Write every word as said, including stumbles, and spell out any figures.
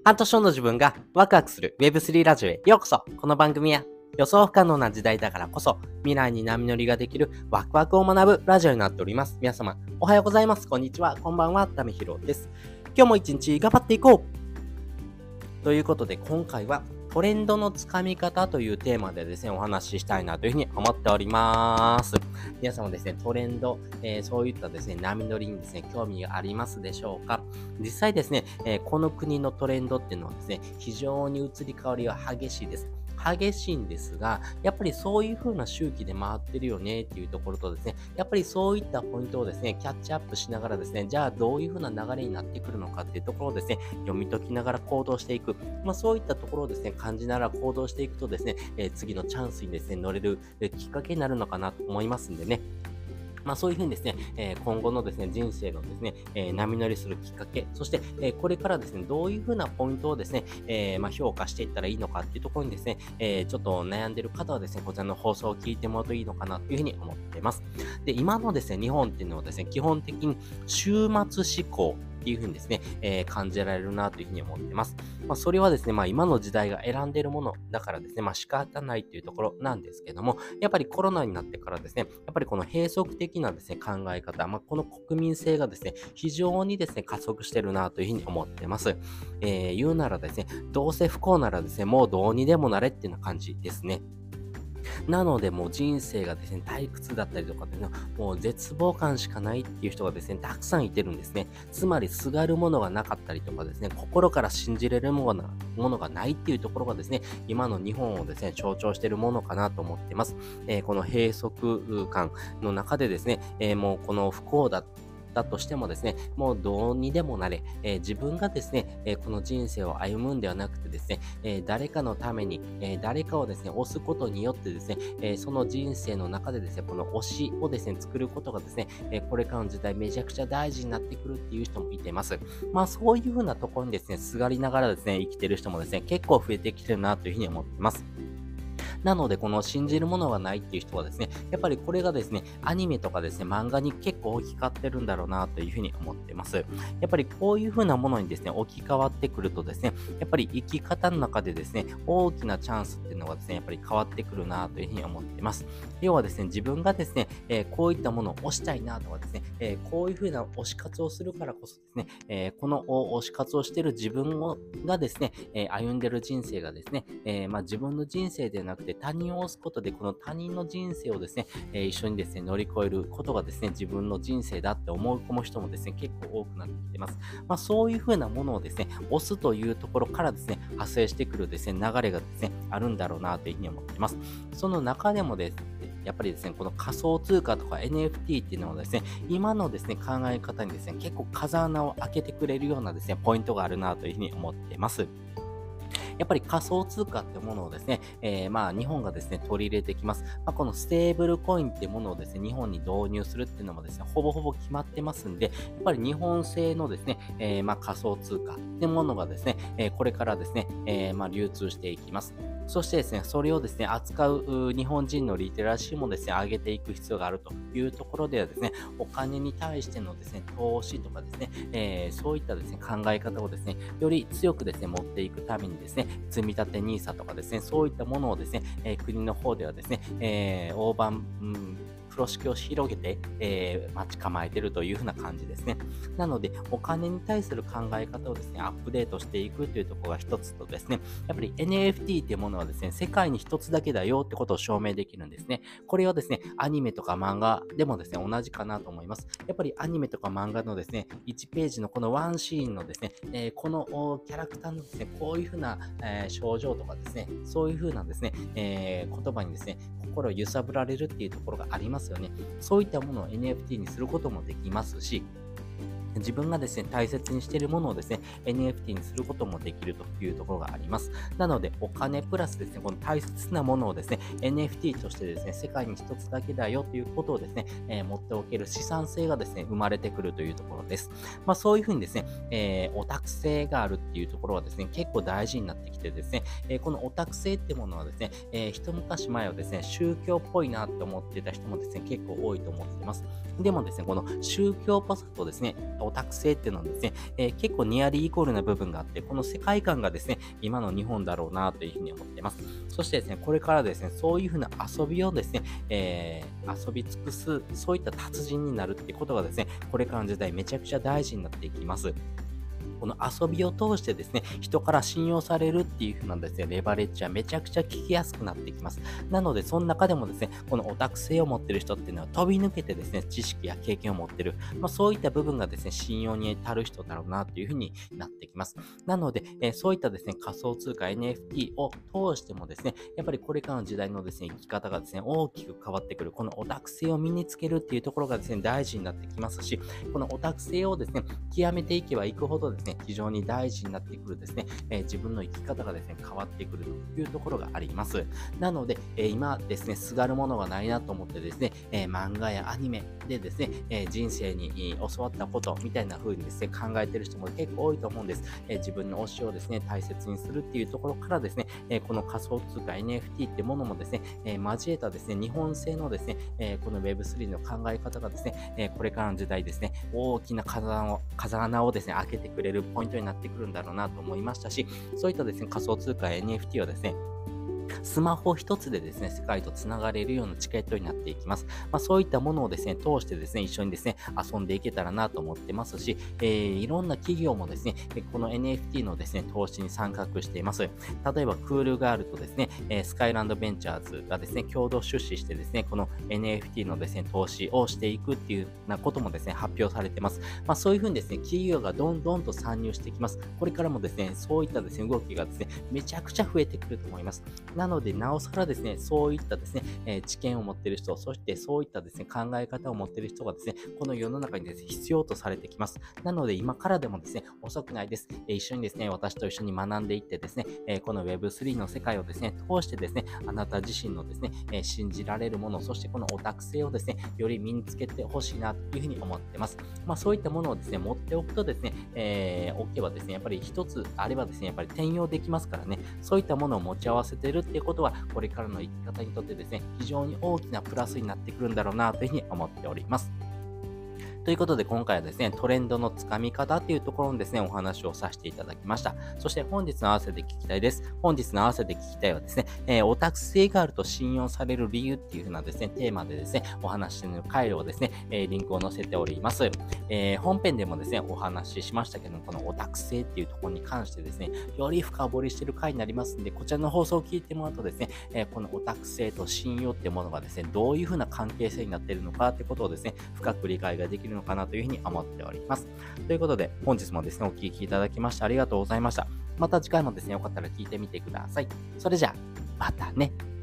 半年後の自分がワクワクする ウェブスリー ラジオへようこそ。この番組は予想不可能な時代だからこそ未来に波乗りができるワクワクを学ぶラジオになっております。皆様おはようございます。こんにちは。こんばんは。ためひろです。今日も一日頑張っていこうということで、今回はトレンドのつかみ方というテーマでですね、お話ししたいなというふうに思っております。皆さんもですね、トレンド、えー、そういったですね、波乗りにですね、興味がありますでしょうか。実際ですね、えー、この国のトレンドっていうのはですね、非常に移り変わりは激しいです。激しいんですが、やっぱりそういう風な周期で回ってるよねっていうところとですね、やっぱりそういったポイントをですね、キャッチアップしながらですね、じゃあどういう風な流れになってくるのかっていうところをですね、読み解きながら行動していく。まあそういったところをですね、感じながら行動していくとですね、えー次のチャンスにですね、乗れる、えーきっかけになるのかなと思いますんでね。まあそういうふうにですね、えー今後のですね、人生のですね、えー波乗りするきっかけ、そして、えーこれからですね、どういうふうなポイントをですね、えーまあ評価していったらいいのかっていうところにですね、えーちょっと悩んでる方はですね、こちらの放送を聞いてもらうといいのかなというふうに思っています。で、今のですね、日本っていうのはですね、基本的に週末思考っていうふうにですね、えー感じられるなというふうに思っています。まあ、それはですね、まあ今の時代が選んでいるものだからですね、まあ仕方ないというところなんですけども、やっぱりコロナになってからですね、やっぱりこの閉塞的なですね、考え方、まあこの国民性がですね、非常にですね、加速してるなというふうに思っています。えー言うならですね、どうせ不幸ならですね、もうどうにでもなれっていうような感じですね。なので、もう人生がですね、退屈だったりとかっていうのは、もう絶望感しかないっていう人がですね、たくさんいてるんですね。つまり、すがるものがなかったりとかですね、心から信じれるものがものがないっていうところがですね、今の日本をですね、象徴しているものかなと思っています。えーこの閉塞感の中でですね、えーもうこの不幸だだとしてもですね、もうどうにでもなれ、えー自分がですね、えーこの人生を歩むんではなくてですね、えー誰かのために、えー誰かをですね、推すことによってですね、えーその人生の中でですね、この推しをですね、作ることがですね、えーこれからの時代めちゃくちゃ大事になってくるっていう人もいています。まあそういう風なところにですね、すがりながらですね、生きてる人もですね、結構増えてきてるなというふうに思っています。なので、この信じるものがないっていう人はですね、やっぱりこれがですね、アニメとかですね、漫画に結構置き換わってるんだろうなというふうに思っています。やっぱりこういうふうなものにですね、置き換わってくるとですね、やっぱり生き方の中でですね、大きなチャンスっていうのがですね、やっぱり変わってくるなというふうに思っています。要はですね、自分がですね、えーこういったものを推したいなとかですね、えーこういうふうな推し活をするからこそですね、えーこの推し活をしている自分をがですね、えー歩んでる人生がですね、えーまあ、自分の人生ではなくて他人を推すことで、この他人の人生をですね、えー一緒にですね、乗り越えることがですね、自分の人生だって思い込む人もですね、結構多くなってきてます。まあ、そういうふうなものをですね、推すというところからですね、派生してくるですね、流れがですね、あるんだろうなというふうに思っています。その中でもですね、やっぱりですね、この仮想通貨とか エヌエフティー っていうのはですね、今のですね、考え方にですね、結構風穴を開けてくれるようなですね、ポイントがあるなというふうに思っています。やっぱり仮想通貨ってものをですね、えー、まあ日本がですね、取り入れてきます。まあ、このステーブルコインってものをですね、日本に導入するっていうのもですね、ほぼほぼ決まってますんで、やっぱり日本製のですね、えー、まあ仮想通貨ってものがですね、えー、これからですね、えー、まあ流通していきます。そしてですね、それをですね、扱う日本人のリテラシーもですね、上げていく必要があるというところではですね、お金に対してのですね、投資とかですね、えー、そういったですね、考え方をですね、より強くですね、持っていくためにですね、積み立て ニーサ とかですね、そういったものをですね、えー国の方ではですね、えー大盤、うん風呂敷を広げて、えー待ち構えているというふうな感じですね。なので、お金に対する考え方をですね、アップデートしていくというところが一つとですね、やっぱり エヌエフティー っていうものはですね、世界に一つだけだよってことを証明できるんですね。これはですね、アニメとか漫画でもですね、同じかなと思います。やっぱりアニメとか漫画のですね、いちページのこのワンシーンのですね、えーこのおキャラクターのですね、こういうふうな、えー症状とかですね、そういうふうなですね、えー言葉にですね、心を揺さぶられるっていうところがありますよね。そういったものを エヌエフティー にすることもできますし、自分がですね、大切にしているものをですね、エヌエフティー にすることもできるというところがあります。なので、お金プラスですね、この大切なものをですね、エヌエフティー としてですね、世界に一つだけだよということをですね、えー持っておける資産性がですね、生まれてくるというところです。まあ、そういうふうにですね、えーオタク性があるっていうところはですね、結構大事になってきてですね、えーこのオタク性ってものはですね、えー一昔前はですね、宗教っぽいなって思ってた人もですね、結構多いと思っています。でもですね、この宗教っぽさとですね、 オタク性っていうのはですね、えー、結構ニアリーイコールな部分があって、この世界観がですね、今の日本だろうなというふうに思っています。そしてですね、これからですね、そういうふうな遊びをですね、えー、遊び尽くす、そういった達人になるっていうことがですね、これからの時代めちゃくちゃ大事になっていきます。この遊びを通してですね、人から信用されるっていう風なですね、レバレッジはめちゃくちゃ効きやすくなってきます。なので、その中でもですね、このオタク性を持ってる人っていうのは飛び抜けてですね、知識や経験を持ってる、まあ、そういった部分がですね、信用に足る人だろうなという風になってきます。なので、えーそういったですね、仮想通貨 エヌエフティー を通してもですね、やっぱりこれからの時代のですね、生き方がですね、大きく変わってくる、このオタク性を身につけるっていうところがですね、大事になってきますし、このオタク性をですね、極めていけばいくほどですね、非常に大事になってくるですね、えー自分の生き方がですね、変わってくるというところがあります。なので、えー今ですね、すがるものがないなと思ってですね、えー漫画やアニメでですね、えー人生にえー教わったことみたいな風にですね、考えてる人も結構多いと思うんです。えー自分の推しをですね、大切にするっていうところからですね、えーこの仮想通貨 エヌエフティー ってものもですね、えー交えたですね、日本製のですね、えーこの ウェブスリー の考え方がですね、えーこれからの時代ですね、大きな風穴を、風穴をですね、開けてくれるポイントになってくるんだろうなと思いましたし、そういったですね、仮想通貨 エヌエフティー はですね、スマホ一つでですね、世界とつながれるようなチケットになっていきます。まあ、そういったものをですね、通してですね、一緒にですね、遊んでいけたらなと思ってますし、えー、いろんな企業もですね、この エヌエフティー のですね、投資に参画しています。例えば、クールガールとですね、えースカイランドベンチャーズがですね、共同出資してですね、この エヌエフティー のですね、投資をしていくっていうようなこともですね、発表されてます。まあ、そういうふうにですね、企業がどんどんと参入していきます。これからもですね、そういったですね、動きがですね、めちゃくちゃ増えてくると思います。なので、なおさらですね、そういったですね、えー知見を持っている人、そしてそういったですね、考え方を持っている人がですね、この世の中にですね、必要とされてきます。なので、今からでもですね、遅くないです。えー一緒にですね、私と一緒に学んでいってですね、えーこの ウェブスリー の世界をですね、通してですね、あなた自身のですね、えー信じられるもの、そしてこのオタク性をですね、より身につけてほしいなというふうに思ってます。まあ、そういったものをですね、持っておくとですね、えー、置けばですね、やっぱり一つあればですね、やっぱり転用できますからね、そういったものを持ち合わせてるっていうことは、これからの生き方にとってですね、非常に大きなプラスになってくるんだろうなというふうに思っております。ということで今回はですね、トレンドのつかみ方っていうところにですね、お話をさせていただきました。そして本日の合わせて聞きたいです。本日の合わせて聞きたいはですね、えー、オタク性があると信用される理由っていう風なですね、テーマでですね、お話しの回をですね、えー、リンクを載せております。えー、本編でもですね、お話ししましたけども、このオタク性っていうところに関してですね、より深掘りしている回になりますんで、こちらの放送を聞いてもらうとですね、えー、このオタク性と信用っていうものがですね、どういう風な関係性になっているのかってことをですね、深く理解ができるのかなというふうに思っております。ということで、本日もですね、お聞きいただきましてありがとうございました。また次回もですね、よかったら聞いてみてください。それじゃあ、またね。